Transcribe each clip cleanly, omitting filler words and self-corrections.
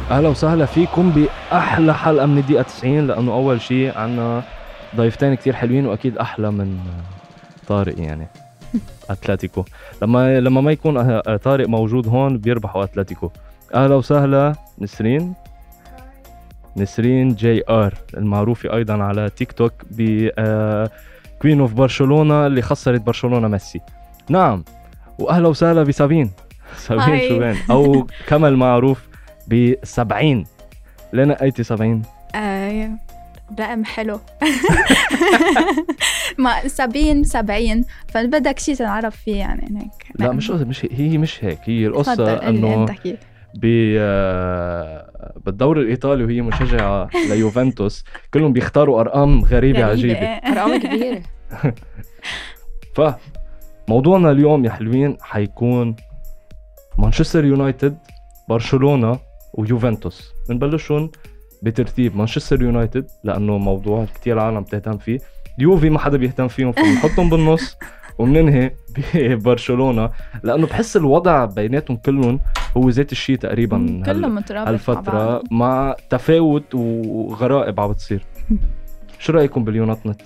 اهلا وسهلا فيكم باحلى حلقه من الدقيقه 90. لانه اول شيء عنا ضيفتين كتير حلوين واكيد احلى من طارق يعني اتلتيكو. لما ما يكون طارق موجود هون بيربحوا اتلتيكو. اهلا وسهلا نسرين جي ار المعروفه ايضا على تيك توك ب كوين اوف برشلونه اللي خسرت برشلونه ميسي. نعم. واهلا وسهلا بسابين شوبان او كما المعروف ب70. لنا ايتي 70. رقم حلو. ما 70 فبدك شيء تنعرف فيه يعني هيك. لا مش هيك. هي القصة انه بالدور الايطالي وهي مشجعة ليوفنتوس كلهم بيختاروا ارقام غريبة عجيبة. ارقام كبيرة. فموضوعنا اليوم يا حلوين حيكون مانشستر يونايتد، برشلونة ويوفنتوس. بنبلشون بترتيب مانشستر يونايتد لأنه موضوع كتير عالم تهتم فيه. يوفي ما حدا بيهتم فيهم فبنحطهم بالنص ومننهي ببرشلونة لأنه بحس الوضع بيناتهم كلهم هو ذات الشيء تقريبا هالفترة مع تفاوت وغرائب عم بتصير. شو رأيكم باليونايتد؟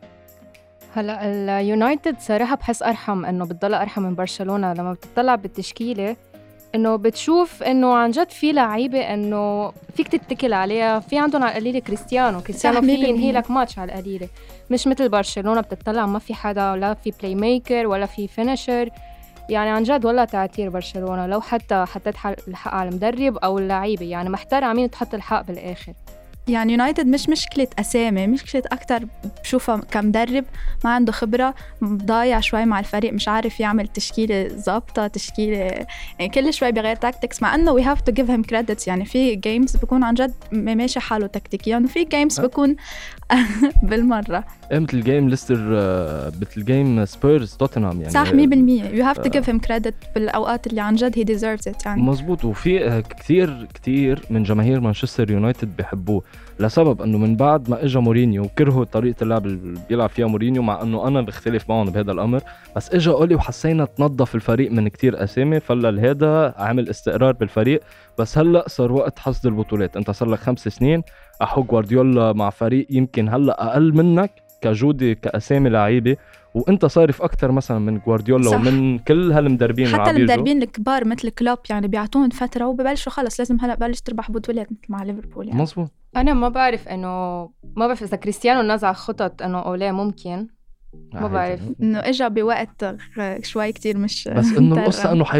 هلا اليونايتد صراحة بحس أرحم، إنه بتضل أرحم من برشلونة. لما بتطلع بالتشكيلة إنه بتشوف إنه عن جد في لعيبة إنه فيك تتكل عليها. في عندهم على القليلة كريستيانو فيه ينهي لك ماتش على القليلة، مش مثل برشلونة بتطلع ما في حدا، ولا في بلاي ميكر ولا في فينيشر. يعني عن جد والله تعتير برشلونة. لو حتى حطيت الحق على المدرب أو اللعيبة، يعني محتار مين تحط الحق بالآخر. يعني يونايتد مش مشكلة أسامي، مشكلة أكتر بشوفها كمدرب ما عنده خبرة، ضايع شوي مع الفريق، مش عارف يعمل تشكيلة ضابطة، تشكيلة يعني كل شوي بغير تاكتكس. مع أنه we have to give him credits. يعني في جيمز بيكون عن جد ماشي حاله تكتيكيا وفي جيمز بيكون بالمرة. مثل جيم ليستر، مثل جيم سبيرز توتنهام يعني. صح 100%. you have to give him credit بالأوقات اللي عن جد he deserves it يعني. مزبوط. وفي كتير من جماهير مانشستر يونايتد بيحبوه لسبب انه من بعد ما اجى مورينيو وكرهوا طريقه اللعب اللي بيلعب فيها مورينيو، مع انه انا بختلف معهم بهذا الامر، بس اجى اولي وحسينا تنظف الفريق من كتير اسامي، فلهذا عمل استقرار بالفريق. بس هلا صار وقت حصد البطولات. انت صار لك 5 سنين احو جوارديولا مع فريق يمكن هلا اقل منك كجوده كاسامي لعيبه، وانت صارف اكتر مثلا من جوارديولا ومن كل هالمدربين. حتى المدربين الكبار مثل كلوب يعني بيعطون فتره وببلشوا خلص لازم هلا بلش تربح بطولات مثل مع ليفربول يعني. مظبوط. انا ما بعرف اذا كريستيانو نزع خطط انه اوليه ممكن، ما بعرف انه اجى بوقت شوي كتير مش بس انه القصه انه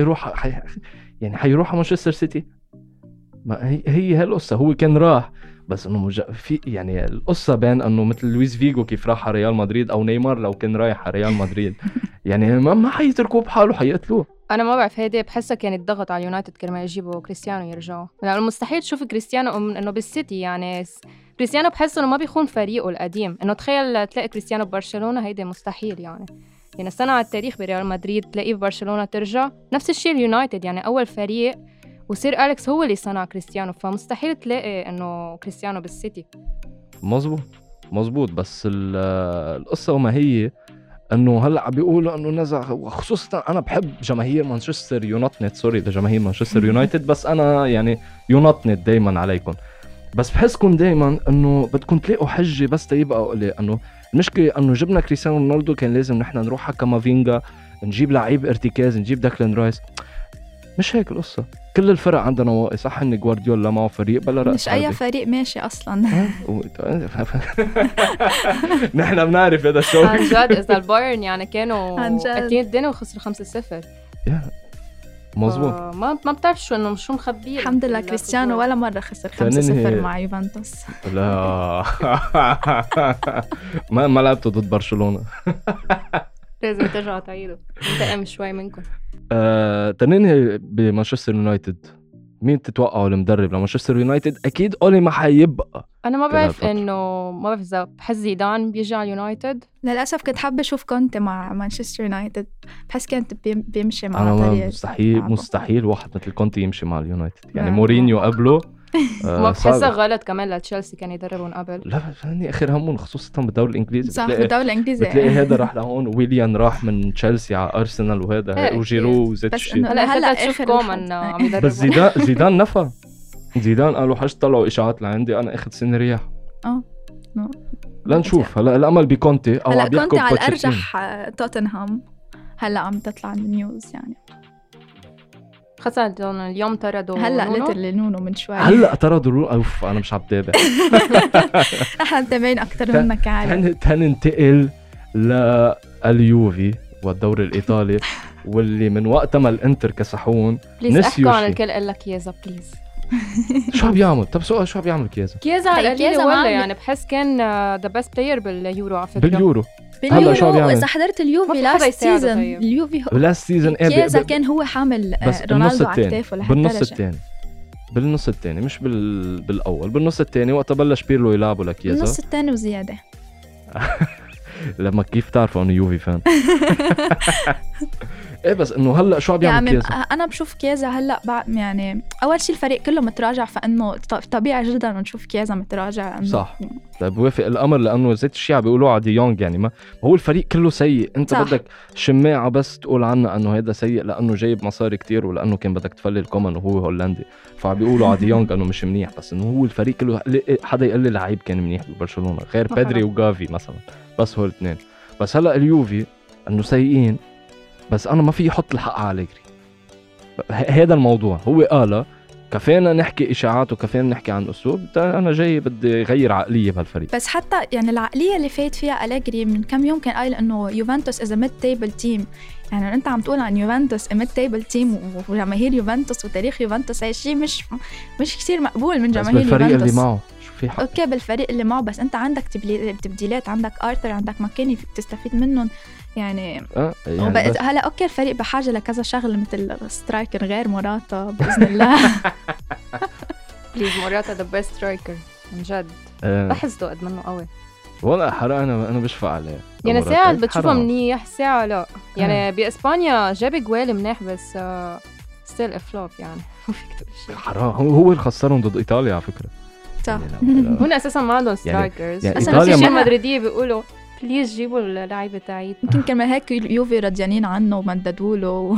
حيروح مانشستر سيتي. ما هي هالقصه. هو كان راح بس انه في يعني القصه بين انه مثل لويس فيجو كيف راح على ريال مدريد، او نيمار لو كان رايح على ريال مدريد يعني ما حيتركوه بحاله، حيقتلوه. انا ما بعرف، هيدي بحسها كانت ضغط على اليونايتد كرمال يجيبوا كريستيانو يرجعوا. يعني مستحيل تشوف كريستيانو انه بالسيتي. يعني كريستيانو بحس انه ما بيخون فريقه القديم. انه تخيل تلاقي كريستيانو ببرشلونه، هيدي مستحيل يعني السنه على التاريخ بريال مدريد تلاقيه ببرشلونه ترجع. نفس الشيء اليونايتد، يعني اول فريق وسير أليكس هو اللي صنع كريستيانو، فمستحيل تلاقي إنه كريستيانو بالسيتي. مزبوط. بس القصة وما هي إنه هلأ عم بيقولوا إنه نزع. وخصوصا أنا بحب جماهير مانشستر يونايتد، سوري لجماهير مانشستر يونايتد، بس أنا يعني يونايتد دايما عليكم. بس بحسكم دايما إنه بدكم تلاقوا حجة بس تيبقى قولي إنه المشكلة إنه جبنا كريستيانو رونالدو كان لازم نحن نروح على كامافينجا، نجيب لعيب ارتكاز، نجيب داكلان رايس. مش هيك القصة. كل الفرق عندنا نواقص. صح ان جوارديولا معه فريق بلا رأس، مش اي فريق ماشي اصلا. نحن بنعرف هذا الشيء عن جد. اذا البايرن يعني كانوا قاتلين الدنيا وخسروا 5-0. مظبوط. ما بتعرف شو مخبيه. الحمد لله كريستيانو ولا مرة خسر 5-0 مع يوفنتوس. لا ما لعبتوا ضد برشلونة. لازم ترجعوا تعيدوا. انتقم شوي منكم. تنيني بمانشستر يونايتد. مين تتوقعوا المدرب لمانشستر يونايتد؟ اكيد اولي ما حيبقى. انا ما بعرف ما بعرف اذا بحس زيدان بيجي على اليونايتد. للاسف كنت حابه اشوف كونتي مع مانشستر يونايتد، بحس كانت بيمشي مع أنا طريقه. مستحيل واحد مثل كونتي يمشي مع اليونايتد. يعني مورينيو قبله ما بحسها غلط كمان لتشيلسي كان يدربون قبل. لا فهني اخر همون خصوصا بالدوري الانجليزي. صح بالدوري الانجليزي بتلاقي هذا راح لهون، ويليان راح من تشيلسي على ارسنال، وهذا وجيرو وزيت الشيء. هلا تشوف كومان عم يدرب. بس زيدان نفى. زيدان قالوا حش طلعوا اشاعات لعندي انا اخذ سنه رياح. نو. لا نشوف هلا الامل بكونتي او هلا عم بيحكوا كونتي على بوتشيتينو. الارجح توتنهام هلا عم تطلع النيوز يعني. خاصة اليوم طردوا هلا نونو. ليترلي نونو من شوي. هلا طردوا اوف انا مش عم تابع. احنا متابعين اكثر منك عالم. تننتقل لليوفي والدوري الايطالي واللي من وقت ما الانتر كسحون بليز احكوا نسيوا عن شيء. الكل الا كيزا بليز. شو عم بيعمل؟ طب سؤال شو عم بيعمل كيزا؟ كيزا على طيب القليل كيزا ولا ما عم- يعني بحس كان ذا بيست بلاير باليورو على فكرة. باليورو هلا شو عم باليورو بيعمل؟ واذا حضرت ما اليوفي في حدا لاست يساعده سيزون طيب. اليوفي لاست سيزون كيزا كان هو حامل بس بالنص رونالدو على الثاني كتافه بالنص لهالدرجه. الثاني بالنص الثاني مش بالاول بالنص الثاني وقت بلش بيرلو يلعبوا لكيزا النص الثاني وزياده. لما كيف تعرفوا انه يوفي فان. ايه بس انه هلا شو عم بيعمل يعني كيزا؟ انا بشوف كيزا هلا يعني اول شيء الفريق كله متراجع فانه طبيعي جدا نشوف كيزا متراجع صح. طيب بوافق الامر لانه زيت الشيء عم بيقولوا على دي يونغ يعني ما هو الفريق كله سيء. انت صح. بدك شماعه بس تقول عنه انه هذا سيء لانه جايب مصاري كتير ولانه كان بدك تفلي الكومن وهو هولندي فعم بيقولوا على دي يونغ انه مش منيح بس انه هو الفريق كله حدا يقول لي لعيب كان منيح ببرشلونه غير ما بيدري حدا. وجافي مثلا بس هول الاثنين. بس هلا اليوفي انه سيئين بس انا ما في يحط الحق على أليجري. هذا الموضوع هو قال كفينا نحكي اشاعات وكفينا نحكي عن اسلوب انا جاي بدي غير عقليه بهالفريق. بس حتى يعني العقليه اللي فايت فيها أليجري من كم يوم كان قايل انه يوفنتوس از ميد تيبل تيم. يعني انت عم تقول عن يوفنتوس ميد تيبل تيم وجماهير يوفنتوس وتاريخ يوفنتوس هاي شيء مش كثير مقبول من بس جماهير بالفريق يوفنتوس. اللي معه شو في حق. اوكي بالفريق اللي معه بس انت عندك تبديلات عندك ارثر عندك ماكيني فيك تستفيد منهم يعني يعني بس هلا اوكي الفريق بحاجه لكذا شغله مثل سترايكر غير موراتا باذن الله. بليز موراتا ذا بيست سترايكر من جد. بحسده قد منه قوي والله حرام انا بشفق عليه يعني مرات. ساعة بتشوفه حرام. منيح ساعة لا يعني بإسبانيا جاب جوال منيح بس ستيل افلوب يعني ما فيك تقول شيء. حرام هو اللي خسرهم ضد ايطاليا على فكره. صح. يعني لا. هون اساسا ما عندهم سترايكرز يعني اساسا إيطاليا الشيء ما- المدريدية بيقولوا بليز جيبوا اللعيبة تاعيتنا. يمكن كمان هيك يوفي رضيانين عنه ومددوا له.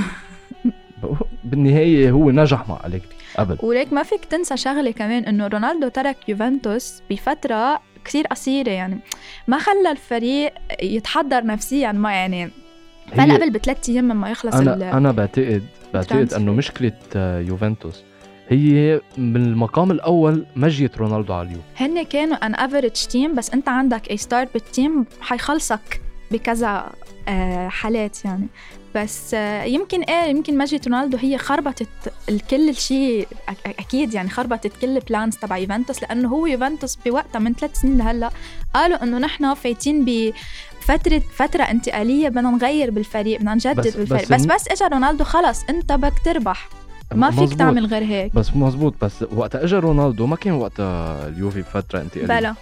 بالنهايه هو نجح مع أليجري قبل. وليك ما فيك تنسى شغله كمان انه رونالدو ترك يوفنتوس بفتره كثير قصيره يعني ما خلى الفريق يتحضر نفسيا ما يعني فلا قبل ب3 ايام لما يخلص انا بعتقد الترانسفير. انه مشكله يوفنتوس هي من المقام الاول مجية رونالدو على اليوم. هن كانوا ان افريج تيم بس انت عندك اي ستار بالتيم حيخلصك بكذا حالات يعني بس يمكن مجية رونالدو هي خربطت الكل شيء اكيد يعني خربطت كل بلانز تبع يوفنتوس لانه هو يوفنتوس بوقتها من 3 سنين لهلا قالوا انه نحن فايتين فترة انتقالية بدنا نغير بالفريق بدنا نجدد بالفريق بس اجى رونالدو خلص انت بدك تربح ما فيك تعمل غير هيك. بس مزبوط بس وقت اجى رونالدو ما كان وقتها اليوفي بفترة انتقالية.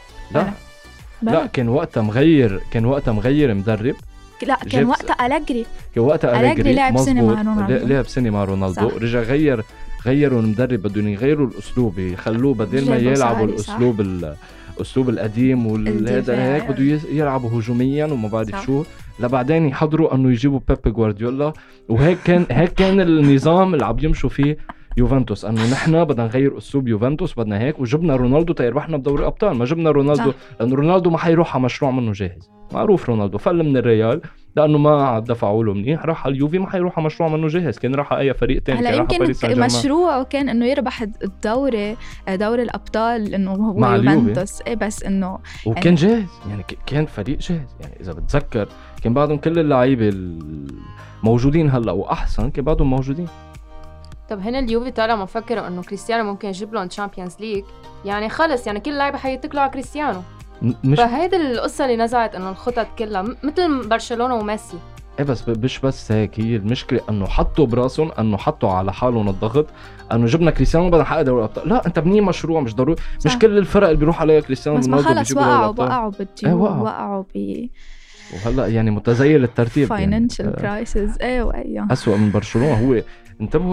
لا كان وقتها مغير مدرب. لا كان وقتها أليجري لعب سنة مع رونالدو لعب سنة مع رونالدو رجع غيروا المدرب بدهم يغيروا الاسلوب يخلوه بدل ما يلعبوا الاسلوب القديم والهذا هيك بده يلعبوا هجوميا وما بعرف شو لبعدين يحضروا انه يجيبوا بيب غوارديولا وهيك كان النظام اللي عم يمشوا فيه يوفنتوس انه نحن بدنا نغير اسلوب يوفنتوس بدنا هيك وجبنا رونالدو تيربحنا بدوري ابطال. ما جبنا رونالدو لانه رونالدو ما حيروح على مشروع منه جاهز معروف. رونالدو فل من الريال لانه ما دفعوا له منيح راح على اليوفي ما حيروح على مشروع منه جاهز كان راح على اي فريق تاني. هلا يمكن مشروعه كان انه يربح دوري الابطال انه هو يوفنتوس بس انه وكان جاهز يعني كان فريق جاهز يعني اذا بتذكر كان بعدهم كل اللعيبه موجودين هلا واحسن كان بعدهم موجودين. طب هنا اليوفي طالع مفكر انه كريستيانو ممكن يجيب لهم تشامبيونز ليج يعني خلص يعني كل اللعيبه حيتكلوا على كريستيانو. فهيدي القصه اللي نزعت انه الخطط كلها مثل برشلونه وميسي. بس مش بس هيك هي المشكله انه حطوا براسهم انه حطوا على حالهم الضغط انه جبنا كريستيانو بدنا نحقق دوري الابطال. لا انت بني مشروع مش ضروري مش كل الفرق اللي بيروح عليها كريستيانو رونالدو بيجيبوا وقعوا بالديون وقعوا وهلا يعني متزيل الترتيب فاينانشال كرايسيس أسوأ من برشلونه. هو انتبهوا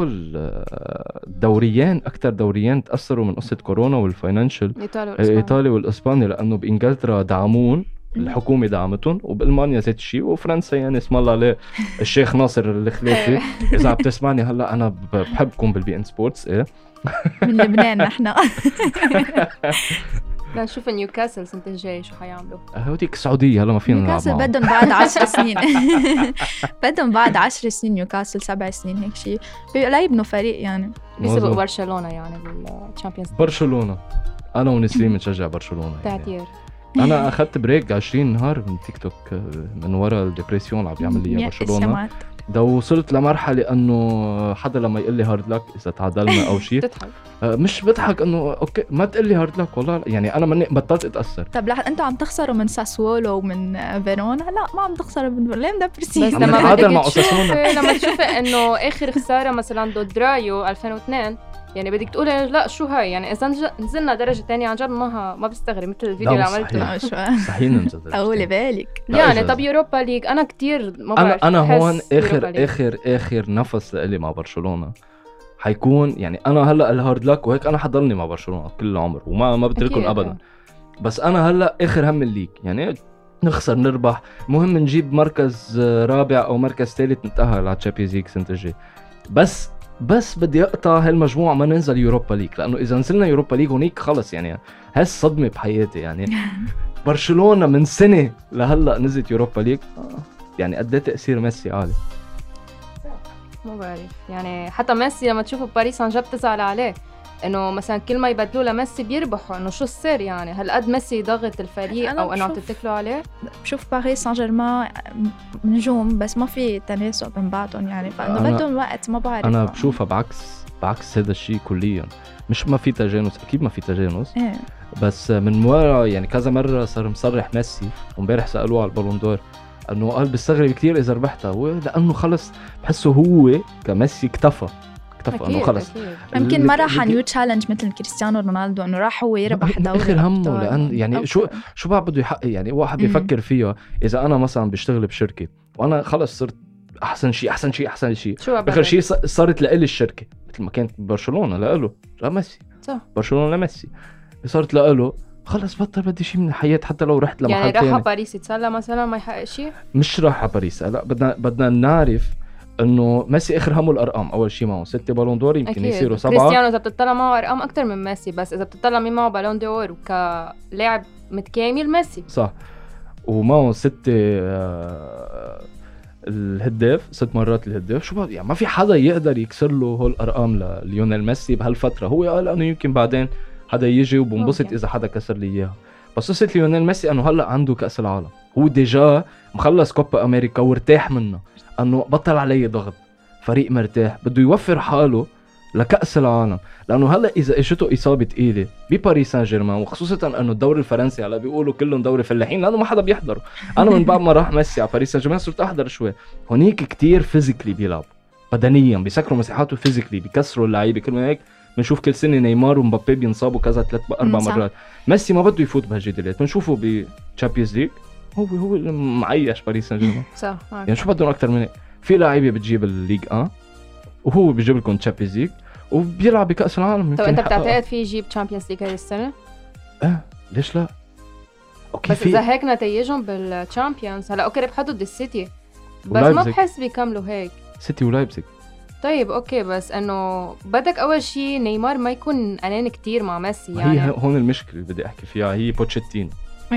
الدوريان اكثر دوريان تاثروا من قصه كورونا والفاينانشال ايطالي والاسباني لانه بانجلترا دعمون الحكومة دعمتهم، وبألمانيا ذات الشيء، وفرنسا يعني اسم الله عليه الشيخ ناصر الخليفي. إذا عم تسمعني هلا أنا بحبكم بالبي إن سبورتس. إيه من لبنان نحن. نشوف نيوكاسل السنة الجاية شو حيعملوا. هوديك السعودية هلا ما فينا نلعب نيوكاسل معهم. بدهم بعد 10 سنين. بدهم بعد 10 سنين، نيوكاسل 7 سنين هيك شيء، لا يبنوا فريق يعني. بيسبقوا برشلونة يعني بالشامبيونز. برشلونة أنا ونسرين بنشجع برشلونة يعني. تعتير. أنا أخذت بريك 20 نهار من تيك توك من وراء الديبريسيون اللي عم بيعمل لي برشلونة. ده وصلت لمرحلة أنه حدا لما يقول لي هارد لك إذا تعادلنا أو شيء تضحك. مش بضحك إنه أوكي ما تقول لي هارد لك والله، يعني أنا مني بطلت أتأثر. طب لا أنتوا عم تخسروا من ساسولو ومن فيرونا، لا ما عم تخسروا من ليه مدبرسين. بس لما لما تشوفي إنه آخر خسارة مثلا ضد رايو 2002 يعني بدك تقولي لا شو هاي يعني إذا نزلنا درجة تانية عن جد ما بستغرب مثل الفيديو اللي عملته. صحيح ننزل أولي بالك يعني. طب يوروبا ليج أنا كتير ما بعرف. أنا هون آخر نفس لي مع برشلونة حيكون يعني أنا هلا الهارد لك وهيك أنا حضلني مع برشلونة كل العمر وما بتركهم أبدا. بس أنا هلا آخر هم الليج يعني نخسر نربح، مهم نجيب مركز رابع أو مركز ثالث نتأهل على تشامبيونز ليج سنة الجاي. بس بدي اقطع هالمجموعة ما ننزل يوروبا ليج، لأنه إذا نزلنا يوروبا ليج هونيك خلص يعني هالصدمة بحياتي يعني. برشلونة من سنة لهلأ نزلت يوروبا ليج يعني قد ايه تأثير ميسي عالي. ما بعرف يعني حتى ميسي لما تشوفه بباريس عن جد تزعل عليه انه مثلا كل ما يبدلوا لميسي بيربحوا، انه شو السر يعني؟ هل قد ميسي ضغط الفريق او انه عم تتكلوا عليه؟ بشوف باريس سان جيرمان نجوم بس ما في تناسق بين بعضهم يعني، فانه بدهم وقت. ما بعرف انا بشوفها بعكس هذا الشيء كليا. مش ما في تجانس، اكيد ما في تجانس بس من ورا يعني كذا مره صار مصرح ميسي، وامبارح سالوه على البالون دور انه قال بيستغرب كثير اذا ربحتها، لانه خلص بحسه هو كميسي اكتفى انه خلص. يمكن ما راح نيو تشالنج مثل كريستيانو رونالدو انه راح هو يربح دوري اخر همه، لان يعني شو بقى بده يحقق يعني. واحد بيفكر فيها اذا انا مثلا بشتغل بشركه وانا خلص صرت احسن شيء اخر شيء صارت لإلي الشركه مثل ما كانت برشلونه لإله لميسي، صح برشلونه لميسي صارت لإله خلص بطل بدي شيء من الحياه. حتى لو رحت لمحل يعني راح باريس يتسلى مثلا ما يحقق شيء، مش راح على باريس. لا بدنا نعرف انه ميسي اخر همه الارقام. اول شيء معه 6 بالون دور، يمكن يصيروا 7. كريستيانو اذا بتطلع معه ارقام اكثر من ميسي، بس اذا بتطلع مين معه بالون دور وكلاعب متكامل ميسي صح. ومعه 6 الهداف 6 مرات الهداف. شو بقى يعني ما في حدا يقدر يكسر له هول الارقام لليونيل ميسي بهالفتره. هو قال انه يمكن بعدين حدا يجي وبنبسط اذا حدا كسر لي اياها. بس قصه ليونيل ميسي انه هلا عنده كاس العالم، هو ديجا مخلص كوبا امريكا وارتاح منه، انه بطل عليه ضغط، فريق مرتاح، بده يوفر حاله لكأس العالم. لانه هلا اذا اجته اصابه ثقيله بباريس سان جيرمان، وخصوصا انه الدوري الفرنسي هلا بيقولوا كلهم دوري فلاحين لانه ما حدا بيحضره. انا من بعد ما راح ميسي على باريس سان جيرمان صرت احضر شوي. هونيك كتير فيزيكلي بيلعب بدنيا، بيسكروا مساحاته فيزيكلي، بيكسروا اللعيبه. كل ما هيك بنشوف كل سنه نيمار ومبابي بينصابوا كذا 3-4 مرات. ميسي ما بده يفوت بهالجدالات، بنشوفه بتشامبيونز ليج هو معيش باريس سان جيرمان صح. يعني شو بدهم اكثر من هيك؟ في لاعيبه بتجيب الليج وهو بيجيب لكم تشامبيونز ليج وبيلعب بكأس العالم. طب انت بتعتقد في يجيب تشامبيونز ليج هاي السنه؟ ليش لا؟ اوكي بس اذا هيك نتائجهم بالتشامبيونز هلا اوكي ربحوا ضد السيتي بس ما بحس بيكملوا هيك. سيتي ولايبزيج طيب اوكي، بس انه بدك اول شيء نيمار ما يكون اناني كتير مع ميسي يعني. هي هون المشكله اللي بدي احكي فيها، هي بوتشيتينو.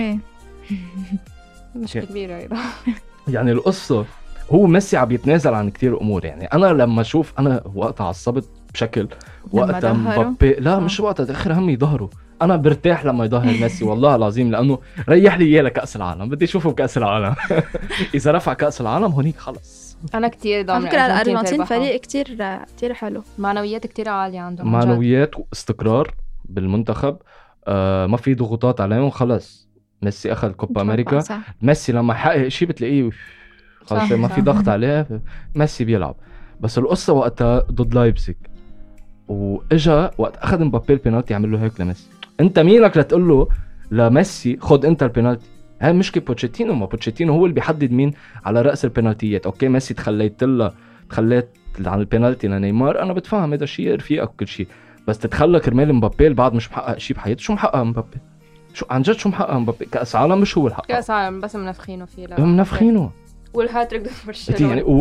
مشكله كبيره ايضا. يعني القصه هو ميسي عم يتنازل عن كتير امور. يعني انا لما اشوف انا وقتها عصبت بشكل وقتها مبابي لا مش وقتها اخر همي ظهره. انا برتاح لما يظهر ميسي والله العظيم، لانه ريح لي اياه لكأس العالم، بدي اشوفه بكأس العالم. اذا رفع كأس العالم هونيك خلص. انا كتير ضامن فكرة الارجنتين فريق كتير حلو، معنويات كتير عاليه عندهم، معنويات واستقرار بالمنتخب. ما في ضغوطات عليهم. خلص ميسي اخذ كوبا امريكا. ميسي لما يحقق شيء بتلاقيه خلص ما في ضغط عليه، ميسي بيلعب. بس القصه وقتها ضد لايبزيج واجا وقت اخذ مبابي البينالتي عمل له هيك لميسي. انت مينك لتقول له لميسي خد انت البينالتي؟ هاي مشكله بوتشيتينو. ما بوتشيتينو هو اللي بيحدد مين على راس البينالتيات. اوكي ميسي تخليت عن البينالتي لنيمار، انا بتفهم هذا الشيء رفيقك وكل شيء، بس تتخلى كرمال مبابي بعد مش محقق شيء بحياته. شو محقق مبابي؟ شو عن جد شو محقق مبابي؟ كأس عالم مش هو الحق، كأس عالم بس منفخينه فيه. لا منفخينه. والهاتريك ضد برشلونة يعني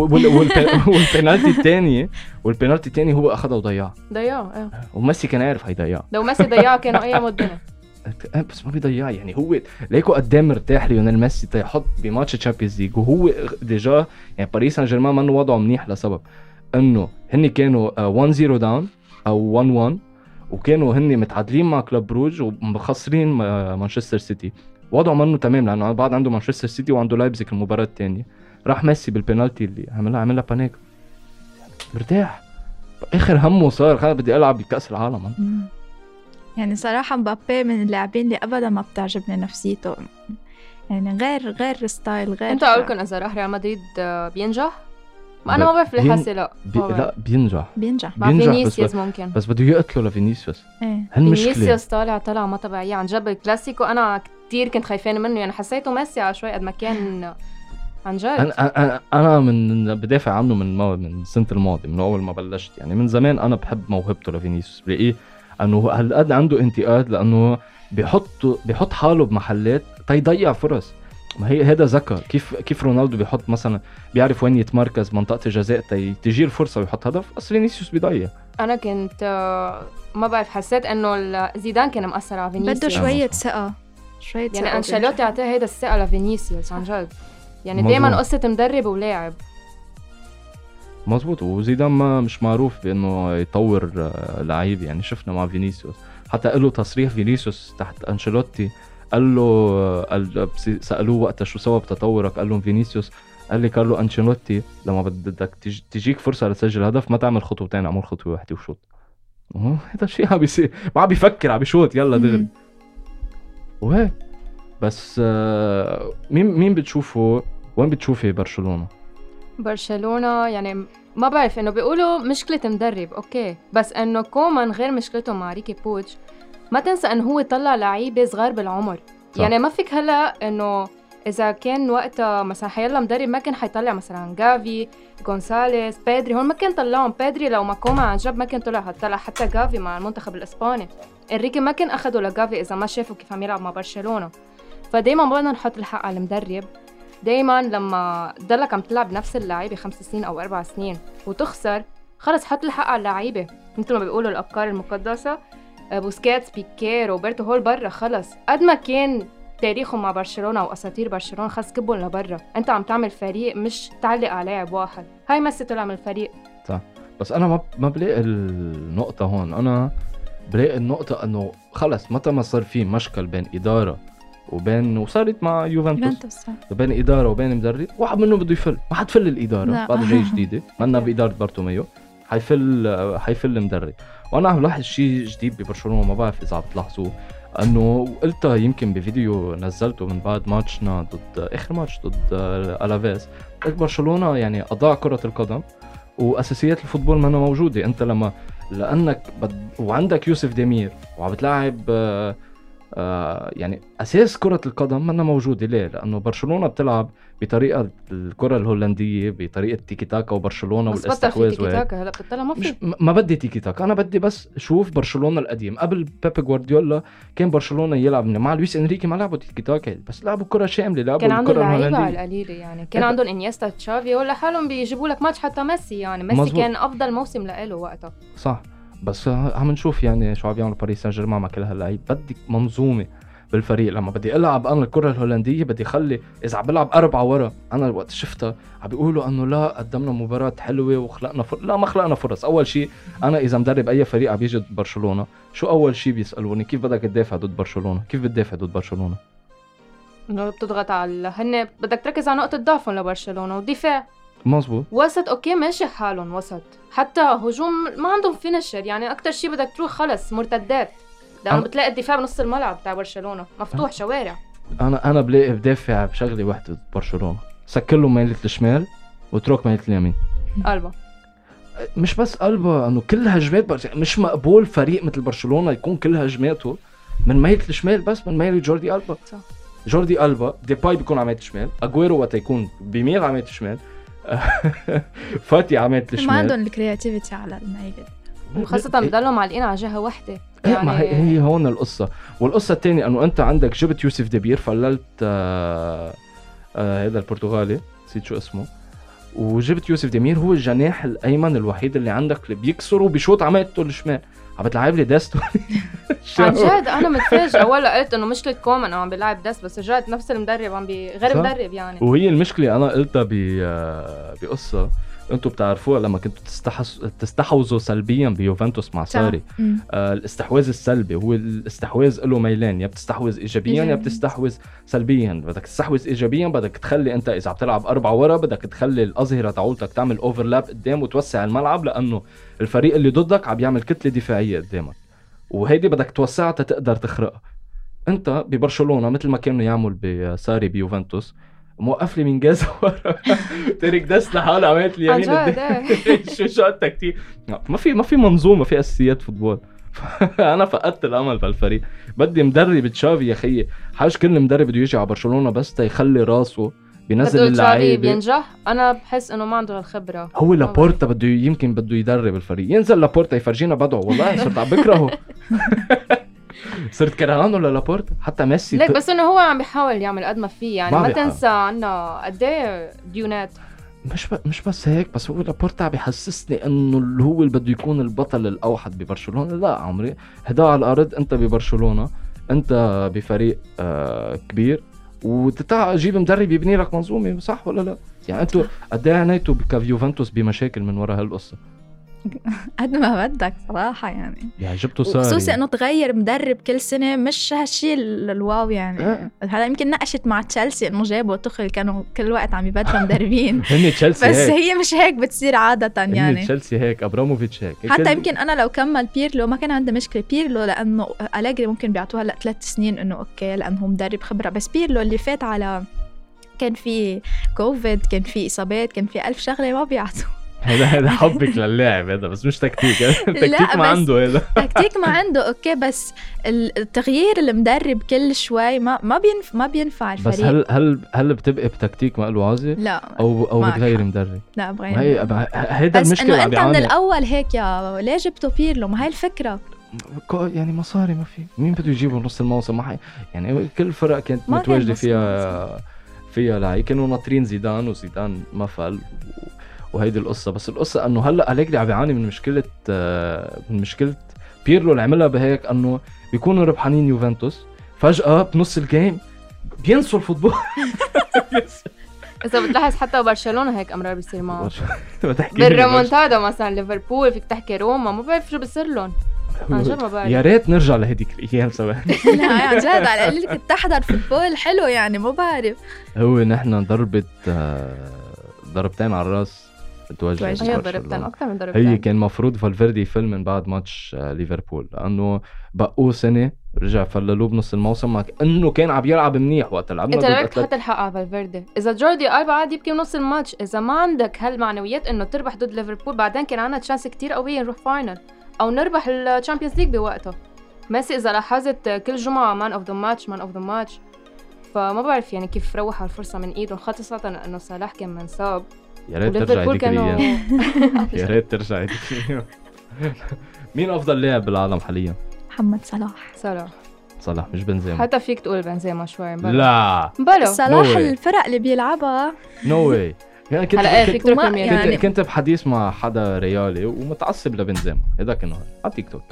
والبنالتي الثاني هو اخذها وضيعها. ضيعه وميسي كان عارف هيضيعها. لو ميسي ضيعه كانوا ايام الدنيا. بس ما بيضيع. يعني هو ليكو قدام مرتاح ليونيل ميسي تيحط بماتش تشامبيونز ليج، وهو ديجا يعني باريس سان جيرمان منه وضعه منيح لسبب انه هن كانوا 1-0 داون او 1-1، وكانوا هن متعادلين مع كلوب بروج ومخسرين مانشستر سيتي. وضعه منه تمام لانه بعد عنده مانشستر سيتي وعنده لايبزيج المباراه الثانيه. راح ميسي بالبنالتي اللي عملها بانيك مرتاح. اخر همه صار خلص بدي العب بكاس العالم. يعني صراحة مبابي من اللاعبين اللي أبدا ما بتعجبني نفسيته، يعني غير ستايل غير. انت قولكن إذا راح ريال مدريد بينجح؟ ما أنا ما بعرف ليه حاسة لا بينجح مع فينيسيوس ممكن، بس بده يقتله لفينيسيوس. فينيسيوس طالع ما طبيعي عن يعني جاب الكلاسيكو. أنا كتير كنت خايفين منه، يعني حسيته ميسي على شوي قد ما كان عن جد. أنا من بدافع عنه من سنة الماضي، من أول ما بلشت يعني من زمان. أنا بحب موهبته لفينيسيوس، بلاقيه انه هالقد عنده انتقاد لانه بيحط حاله بمحلات تيضيع فرص. ما هي هذا ذكاء. كيف رونالدو بيحط مثلا بيعرف وين يتمركز منطقه الجزاء تيجي الفرصه ويحط هدف. اصل فينيسيوس بيضيع. انا كنت ما بعرف، حسيت انه زيدان كان مأثر على فينيسيوس، بده شويه ثقه يعني أنشيلوتي اعطاه هيدا الثقه لفينيسيوس عن جد. يعني دائما قصه مدرب ولاعب. مزبوط. وزيدان ما مش معروف بانه يطور لعيب. يعني شفنا مع فينيسيوس حتى له تصريح فينيسيوس تحت أنشيلوتي، قال له سألوه وقتها شو سبب تطورك، قال لهم فينيسيوس قال لي كارلو أنشيلوتي لما بدك تجيك فرصة لتسجل هدف ما تعمل خطوتين، اعمل خطوة واحدة وشوط. هذا الشيء عم بيصير، ما عم بيفكر، عم بيشوط يلا دغري. وهيك بس. مين بتشوفه؟ وين بتشوفي برشلونة يعني ما بعرف، انه بيقولوا مشكلة مدرب اوكي، بس انه كومان غير مشكلته مع ريكي بوتش. ما تنسى انه هو طلع لعيبة صغار بالعمر. صح. يعني ما فيك هلا انه اذا كان وقتها مثلا حيلا مدرب ما كان حيطلع مثلا جافي، غونساليس، بيدري. هون ما كان طلعهم. بيدري لو ما كومان عن جد ما كان طلع حتى جافي مع المنتخب الاسباني. انريكي ما كان اخده لجافي اذا ما شافوا كيف عم يلعب مع برشلونة. فدايما بدنا نحط الحق على المدرب. دايما لما تضلك عم تلعب نفس اللعيبه 5 سنين او 4 سنين وتخسر، خلص حط الحق على اللعيبه. مثل ما بيقولوا الابكار المقدسه، بوسكيتس، بيكي، روبرتو، هول برا. خلص قد ما كان تاريخهم مع برشلونه واساطير برشلونه، خلص كبهم لبرا. انت عم تعمل فريق مش تعلق على لاعب واحد. هاي ميسي طلع من الفريق. صح. بس انا ما بلاقي النقطه هون. انا بلاقي النقطه انه خلص متى ما صار في مشكل بين اداره وصارت مع يوفنتوس بين إدارة وبين مدرب، واحد منه بده يفل. ما حتفل الإدارة بعد جاي جديدة، منا بإدارة بارتوميو، حيفل مدرب. وأنا عم لاحظ شيء جديد ببرشلونة، ما بعرف إذا عم تلاحظوه، أنه قلتها يمكن بفيديو نزلته من بعد ماتشنا آخر ماتش ضد ألافيز. برشلونة يعني أضاع كرة القدم وأساسيات الفوتبول منها موجودة. أنت لأنك وعندك يوسف ديمير وعم بتلاعب يعني أساس كرة القدم منا موجودة. ليه؟ لأنه برشلونة بتلعب بطريقة الكرة الهولندية، بطريقة تيكي تاكا، وبرشلونة والاستحواذ. تيكي تاكا هلا بتطلع ما في. ما بدي تيكي تاكا، أنا بدي بس شوف برشلونة القديم قبل بيب غوارديولا. كان برشلونة يلعب مع لويس إنريكي ما لعبوا تيكي تاكا، بس لعبوا كرة شاملة، لعبوا كان الكرة الهولندية. كان عندهم لعيبة القليلة يعني. كان عندهم إنيستا، تشافي، ولا حالهم بيجيبوا لك ماتش حتى ميسي. يعني ميسي مزبوط. كان أفضل موسم لإله وقتها. صح. بس عم نشوف يعني شو عم بيعملوا باريس سان جيرمان مع كل هاللعيب. بدي منظومة بالفريق. لما بدي ألعب أنا الكرة الهولندية بدي خلي إذا عم بلعب 4 ورا. أنا وقت شفتها عم بيقولوا أنه لا قدمنا مباراة حلوة وخلقنا لا ما خلقنا فرص. أول شيء أنا إذا مدرب أي فريق عم يجي ضد برشلونة، شو أول شيء بيسألوني؟ كيف بدك تدافع ضد برشلونة؟ كيف بتدافع ضد برشلونة؟ إنه بتضغط على هن، بدك تركز على نقطة ضعفهم لبرشلونة والدفاع. مزبوط. وسط أوكي ماشي حالهم وسط، حتى هجوم ما عندهم فينيشر. يعني أكتر شيء بدك تروح خلص مرتدات، لأنه بتلاقي الدفاع بنص الملعب تاع برشلونة مفتوح شوارع. أنا بلاقي بدافع بشغلة واحدة ضد برشلونة، سكر له ميلة الشمال وترك ميلة اليمين. قلبه مش بس قلبه، انه كل هجمات مش مقبول فريق مثل برشلونة يكون كل هجماته من ميلة الشمال، بس من ميلة جوردي ألبا. صح. جوردي ألبا، ديباي بيكون عمية الشمال، أغويرو وقت يكون بيميل عمية الشمال، فاتي عمية الشمال. ما عندهم الكرياتيفيتي على الميلة. خاصة بضلوا معلقين على جهة واحدة يعني ما هي هون القصة. والقصة الثانية انه انت عندك جبت يوسف دبير، فللت هذا البرتغالي نسيت شو اسمه، وجبت يوسف دمير هو الجناح الايمن الوحيد اللي عندك اللي بيكسر وبيشوط عملته الشمال، عم بتلعب لي دست. عن جد انا متفاجئه، ولا قلت انه مشكله كومان عم بيلعب دست، بس رجعت نفس المدرب عم غير مدرب يعني. وهي المشكله انا قلتها بقصه انتم بتعرفوها لما كنتوا تستحوذوا سلبيا بيوفنتوس مع ساري. الاستحواذ السلبي هو الاستحواذ له ميلان، يا بتستحوذ ايجابيا يا بتستحوذ سلبيا. بدك تستحوذ ايجابيا بدك تخلي انت اذا عم تلعب 4 ورا بدك تخلي الاظهره تاعولتك تعمل اوفرلاب قدام وتوسع الملعب، لانه الفريق اللي ضدك عم يعمل كتله دفاعيه قدامك، وهيدي بدك توسعها تقدر تخرقها. انت ببرشلونه مثل ما كانوا يعمل بساري بيوفنتوس، موقف لي من جاز ورا تارك دست لحاله عملت لي يمين شو التكتيك. ما في منظومه، في اساسيات فوتبول. انا فقدت الامل بالفريق. بدي مدرب تشافي يا خيي، حاج كل مدرب بده يجي على برشلونه بس يخلي راسه بينزل اللعيبه بينجح. انا بحس انه ما عنده الخبره. هو لابورتا بده يمكن بده يدرب الفريق، ينزل لابورتا يفرجينا بدعه. والله صرت عم بكرهه. صرت كرهانه لابورتا حتى ميسي. ليك بس انه هو عم بيحاول يعمل قد ما فيه يعني. ما تنسى عنا قد ايه ديونات. مش بس هيك، بس هو لابورتا عم بيحسسني انه اللي هو اللي بده يكون البطل الاوحد ببرشلونه. لا عمري، هدا على الارض انت ببرشلونه، انت بفريق كبير، وتتع جيب مدرب يبني لك منظومه، صح ولا لا؟ يعني انتوا قد ايه عانيتوا كيوفنتوس بمشاكل من وراء هالقصه؟ قد ما بدك صراحة يعني جبتوا ساري، خصوصي انه تغير مدرب كل سنة مش هالشي الواو يعني. هلا يمكن نقشت مع تشيلسي انه جابوا تخل، كانوا كل وقت عم يبدلوا مدربين. هني تشيلسي بس هيك. هي مش هيك بتصير عادة يعني. هني تشيلسي هيك، ابراموفيتش هيك. حتى يمكن انا لو كمل بيرلو ما كان عنده مشكلة. بيرلو لانه أليجري ممكن بيعطوها هلا 3 سنين انه اوكي لانه مدرب خبرة، بس بيرلو اللي فات على كان في كوفيد، كان في اصابات، كان في 1000 شغلة ما بيعطوا. هذا حبك للاعب هذا، بس مش تكتيك. التكتيك ما عنده هذا. تكتيك ما عنده اوكي، بس التغيير المدرب كل شوي ما بينفع الفريق. بس هل بتبقى بتكتيك ما له عازه؟ لا او بتغير مدرب؟ لا بغير. هيدا المشكله. بس انه انت من الاول هيك يا ليه جبتوا بيرلو؟ ما هي الفكره يعني مصاري ما في. مين بده يجيبه نص الموسم؟ ما يعني كل فرق كانت متواجده فيها لعيبه كانوا ناطرين زيدان، وزيدان ما فل وهيدي القصة. بس القصة انه هلأ أليجري عم بيعاني من مشكلة بيرلو اللي عملها بهيك، انه بيكونوا ربحانين يوفنتوس فجأة بنص الجيم بينسوا الفوتبول. إذا بتلاحظ حتى برشلونة هيك أمرار بيصير معه. بالريمونتادا مثلا ليفربول، فيك تحكي روما، ما بعرف شو بيصير لهم. يا ريت نرجع لهديك الأيام سوا. لا عن جد على اللي كنت تحضر فوتبول حلو يعني. مو بعرف هو نحن ضربتين على الراس. هي ضربتين أكتر من ضربتين. هي كان مفروض فالفيردي يفل من بعد ماتش ليفربول، لأنه بقوه سنة رجع فللوه بنص الموسم، مع انه كان عم يلعب منيح وقت لعبنا. انت لك حتى الحق على فالفيردي. اذا جوردي ألبا عاد يبكي نص الماتش، اذا ما عندك هالمعنويات انه تربح ضد ليفربول، بعدين كان عندنا تشانس كتير قوية نروح فاينل او نربح الشامبيونز ليج بوقته. ميسي اذا لاحظت كل جمعة مان اوف ذا ماتش، فما بعرف يعني كيف روح هالفرصة من ايده، خاصة انه صلاح كان منصاب. يا ريت ترجع هيديك الايام. يا ريت ترجع هيديك الايام. مين افضل لاعب بالعالم حاليا؟ محمد صلاح مش بنزيما. حتى فيك تقول بنزيما شوي. لا صلاح الفرق اللي بيلعبها نو واي. يعني كنت بحديث مع حدا ريالي ومتعصب لبنزيما هذاك النهار على تيك توك.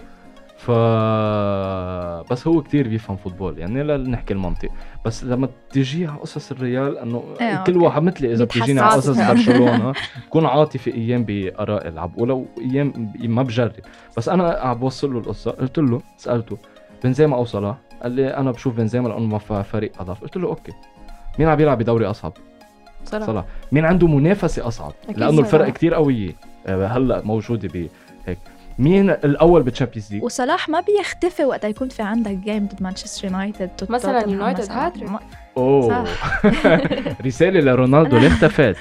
بس هو كتير بيفهم فوتبول يعني، لا نحكي المنطق. بس لما تجي على قصص الريال انه كل واحد مثلي اذا بتجيني على قصص برشلونة بكون عاطفي ايام باراء العب، ولو ايام ما بجرب. بس انا عم بوصل له القصه. قلت له سالته بنزيما او صلاح، قال لي انا بشوف بنزيما لانه ما فريق اضعف. قلت له اوكي، مين عم يلعب بدوري اصعب؟ صلاح. مين عنده منافسه اصعب؟ لانه الفرق كتير قويه هلا موجوده بهيك. مين الاول بالتشامبيونز ليج؟ وصلاح ما بيختفي وقت يكون في عندك جيم ضد مانشستر يونايتد مثلا. يونايتد هاتريك. اوه رساله لرونالدو اللي اختفت.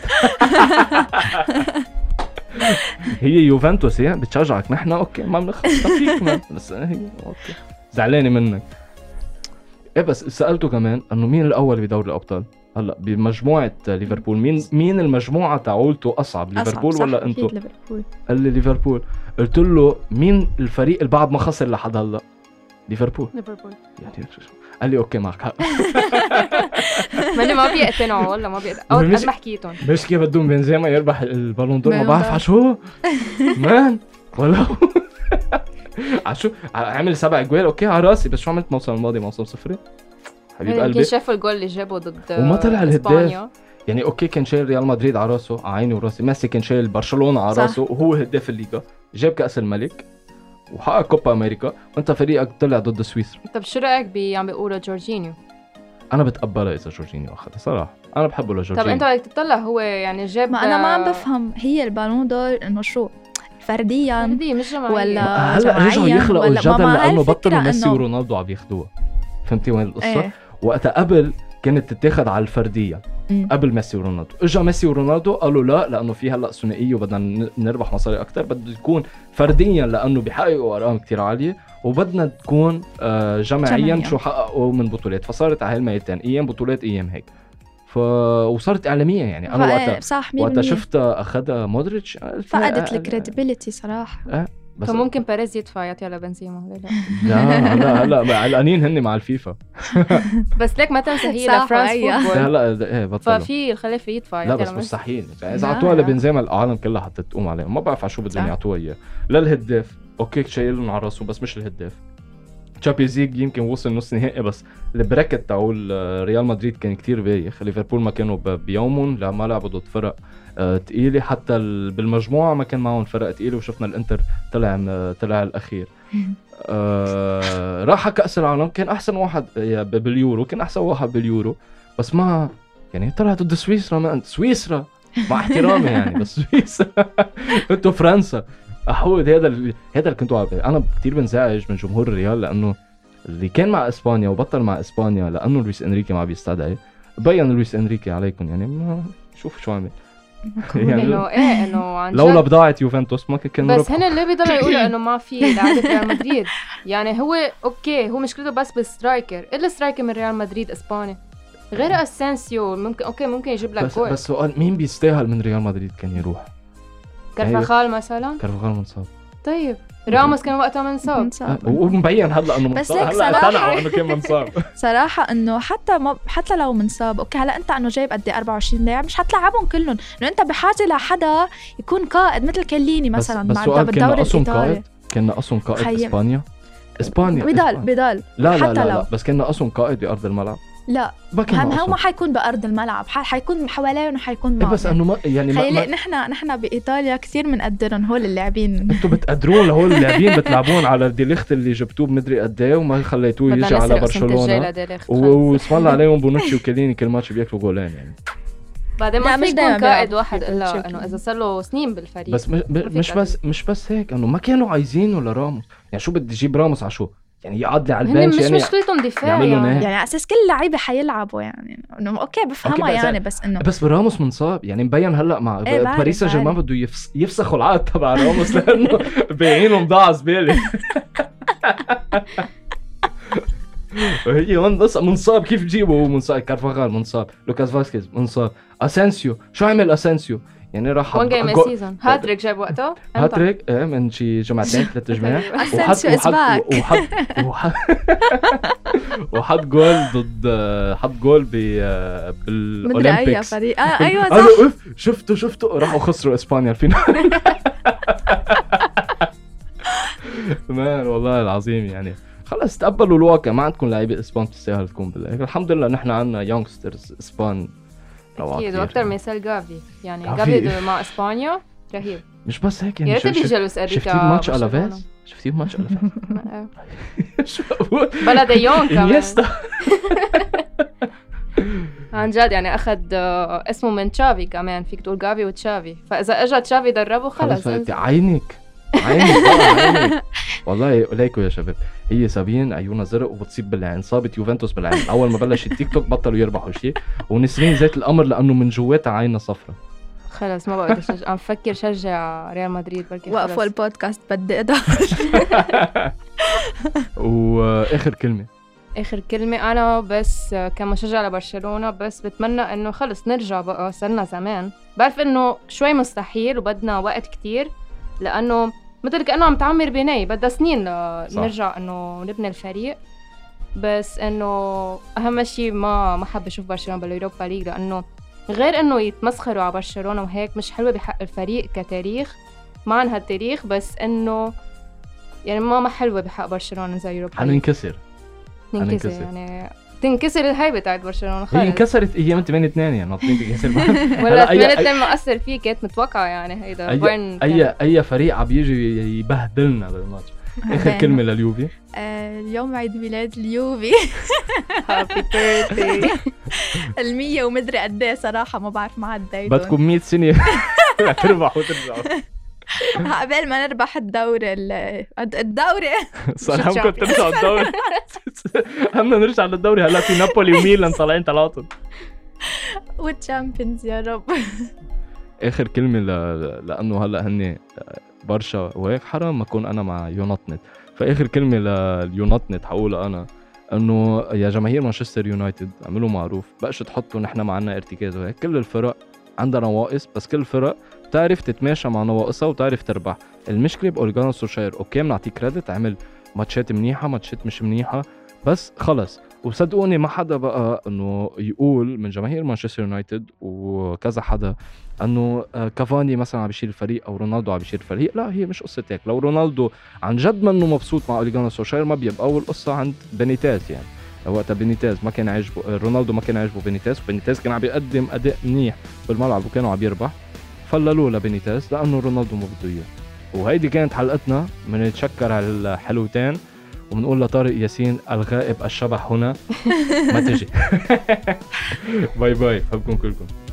هي يوفنتوس هي بتشجعك. نحن اوكي ما بنخلص فيك ما، بس هي اوكي زعلانه منك. بس سالته كمان انه مين الاول بدوري الابطال؟ هلا بمجموعه ليفربول مين المجموعه تاعولته اصعب، ليفربول ولا انتو؟ ليفربول. قال لي ليفربول. قلت له مين الفريق اللي بعد ما خسر لحد هلا؟ ليفربول. يعني قال لي اوكي معك حق. ماني ما بيقتنعوا والله ما بيقتنعوا قد ما حكيتهم. مش كيف بدهم بنزيما يربح البالون دور، ما بعرف عشو مان ولا عشو عمل 7 جوال اوكي على راسي، بس شو عملت موسم الماضي؟ موسم 0 حبيب قلبي. يمكن شافوا الجول اللي جابه ضد وما طلع الهداف. يعني اوكي كان شايل ريال مدريد على راسه، على عيني وراسي. ميسي كان شايل برشلونة على راسه وهو هداف الليغا، جاب كأس الملك وحقق كوبا امريكا، وانت فريقك طلع ضد سويسرا. طب شو رايك عم بيقولوا جورجينيو؟ انا بتقبلها اذا جورجينيو اخذها صراحه، انا بحبه لجورجينيو. طب انت بدك تطلع هو يعني جاب، ما انا ما عم بفهم هي البالون دور انه شو فرديا مش جماعية ولا هلا رجعوا يخلقوا الجدل لانه بطلوا ميسي إنه... ورونالدو عم ياخذوها. فهمتي وين القصه؟ وقتها قبل كانت تتاخذ على الفرديه قبل ميسي ورونالدو. اجا ميسي ورونالدو قالوا لا لانه في هلا ثنائيه وبدنا نربح مصاري اكثر، بده يكون فرديا لانه بيحققوا ارقام كتير عاليه، وبدنا تكون جماعيا شو حققوا من بطولات. فصارت على هالميتين، ايام بطولات ايام هيك، وصارت اعلاميه. يعني انا وقتها شفتها اخذها مودريتش فقدت الكريديبيليتي صراحه. بس ممكن باريس يدفع يعطي على بنزيما لا هلا قلقانين هن مع الفيفا. بس ليك ما تنسى هي لفرانس فوتبول هلا بطلوا، ففي الخليفه يدفع. لا بس مستحيل اذا عطوها لبنزيما العالم كلها حتتقوم عليهم. ما بعرف على شو بدهم يعطوها اياه. لا الهداف اوكي شايلهم على راسه، بس مش الهداف. تشامبيونز ليج يمكن وصل نص نهائي، بس البراكت تاعول ريال مدريد كان كتير بايخ. ليفربول ما كانوا بيومهم لما لعبوا ضد فرق تقيله، حتى بالمجموعه ما كان معهم فرق تقيله، وشفنا الانتر طلع الاخير. راح كأس العالم كان احسن واحد باليورو، كان احسن واحد باليورو، بس ما يعني طلع ضد سويسرا. ما انت سويسرا مع احترامي يعني، بس سويسرا انتوا فرنسا احود. هذا اللي كنتوا انا كتير بنزعج من جمهور الريال، لانه اللي كان مع اسبانيا وبطل مع اسبانيا لانه لويس انريكي ما بيستدعي. بين لويس انريكي عليكم يعني، ما شوف شو عمل يعني انه عن جد لولا بضاعة يوفنتوس ما كان بس هنا اللي بيضلوا يقولوا انه ما في لعيبه ريال مدريد. يعني هو اوكي هو مشكلته بس بالسترايكر. الا سترايكر من ريال مدريد اسباني غير اسانسيو ممكن يجيب لك جول. بس سؤال، مين بيستاهل من ريال مدريد كان يروح؟ كارفاخال مثلا. كارفاخال منصاب. طيب راموس كان وقتها منصاب ومبين هلا انه منصاب. هلا اقتنعوا انه كان منصاب. صراحه انه حتى لو منصاب اوكي، هلا انت انه جايب قد 24 لاعب مش حتلعبهم كلهم، انه انت بحاجه لحدا يكون قائد مثل كليني مثلا مع بالدوري الايطالي. كنا اصلا قائد اسبانيا بدال لا بس كنا اصلا قائد بارض الملعب. لا هو ما حيكون بأرض الملعب، حيكون حواليهم وحيكون معهم. بس انه ما يعني خلي نحن بإيطاليا كثير بنقدرهم هول اللاعبين. انتوا بتقدرون لهول اللاعبين بتلعبون على ديليخت اللي جبتوه بمدري قد ايه وما خليتوه يجي على برشلونة، واسم الله عليهم بونوتشي وكليني كل ماتش بياكلوا جولين يعني. بعدين ما في يكون قائد واحد الا انه اذا صار له سنين بالفريق. بس مش بس هيك، انه ما كانوا عايزينه لراموس. يعني شو بدي اجيب راموس على شو؟ يعني يقعد على البنش يعني مش مشكلتهم دفاع يعني اساس كل لعيبه حيلعبوا يعني انه اوكي بفهمها يعني، بس انه بس براموس منصاب. يعني مبين هلا مع باريس سان جيرمان بده يفسخوا العقد تبع راموس لانه بايعينهم ضاع زباله. هي منصاب كيف تجيبه؟ منصاب كارفاخال منصاب، لوكاس فاسكيز منصاب، اسانسيو شو عمل اسانسيو؟ يعني راح وين جاي سيزون هاتريك جاب وقته هاتريك من شي جمعتين 3 جماعات وحط جول ضد حط جول بالاولمبيكس. ايوه صح شفته راحوا خسروا اسبانيا الفينال. مان والله العظيم يعني خلص تقبلوا الواقع. ما عندكم لعيبه اسبان تستاهل تكون بالله. الحمد لله نحن عندنا يونغسترز اسبان اكيد، واكثر مثال جافي. يعني جافي مع اسبانيا رهيب. مش بس هيك يعني. يا ريت بيجلس اريكا. شفتي ماتش الافيز؟ شفتي ماتش الافيز؟ شو بقول بلا ديون كمان عن جد. يعني اخذ اسمه من تشافي كمان، فيك تقول جافي وتشافي. فاذا اجى تشافي دربه خلص عينك والله إليكم يا شباب. هي سابين عيونها زرق وبتصيب بالعين، صابت يوفنتوس بالعين اول ما بلش التيك توك، بطلوا يربحوا شيء. ونسرين زيت الامر لانه من جواتها عينها صفرة. خلص ما بقدر اشجع، عم فكر شجع ريال مدريد بركي. وقفوا البودكاست بدي اقدر. واخر كلمه آخر كلمة أنا بس كمشجع لبرشلونة بس بتمنى إنه خلص نرجع بقى، صرنا زمان بعرف إنه شوي مستحيل وبدنا وقت كتير، لأنه مثل كأنه عم تعمر بناي بدها سنين نرجع إنه نبني الفريق. بس إنه أهم شيء ما حب أشوف برشلونة باليوروبا ليج، لأنه غير إنه يتمسخروا على برشلونة وهيك مش حلوة بحق الفريق كتاريخ، ما عن هالتاريخ، بس إنه يعني ما حلوة بحق برشلونة زي يوروبا حننكسر يعني تنكسر الهيبة تاعت برشلونة خالص. هي انكسرت ايام 8-2 يعني ناطرين تنكسر ولا 8-2 ما أثر فيه، كانت متوقعة يعني هيدا اي فريق عم يجي يبهدلنا بالماتش. اخر كلمة لليوفي. اليوم عيد ميلاد اليوفي. هابي بيرثداي. 100 ومدري قد ايه صراحة ما بعرف ما عديتهم. بدكم 100 سنة تربحوا وترجعوا قبل ما نربح الدوري. صراحة ممكن ترجعوا الدوري. همنا نرجع للدوري. هلا في نابولي وميلان طالعين طلعتهم والتشامبيونز يا رب. اخر كلمة لانه هلا هني برشا وهيك حرام ما اكون انا مع يونايتد، فاخر كلمة لليونايتد حقولها انا انه يا جماهير مانشستر يونايتد اعملوا معروف، بقش تحطوا نحن معنا ارتكاز وهيك. كل الفرق عندها نواقص، بس كل الفرق بتعرف تتماشى مع نواقصها وتعرف تربح. المشكلة بأولي جانر سولشاير اوكي بنعطيه كريدت، عمل ماتشات منيحة ماتشات مش منيحة، بس خلص. وصدقوني ما حدا بقى انه يقول من جماهير مانشستر يونايتد وكذا حدا انه كافاني مثلا عم بيشيل الفريق او رونالدو عم بيشيل الفريق. لا، هي مش قصة هيك. لو رونالدو عن جد منه مبسوط مع أولي جانر سولشاير ما بيبقى. اول قصة عند بينيتاز، يعني وقتها بينيتاز ما كان عاجبه رونالدو، ما كان عاجبه بينيتاز، وبينيتاز كان عم بيقدم اداء منيح بالملعب وكانوا عم يربح، فللوه لبينيتاز لانه رونالدو ما بده اياه. وهيدي كانت حلقتنا. بنتشكر على الحلوتين وبنقول لطارق ياسين الغائب الشبح هنا ما تجي. باي باي، بحبكم كلكم.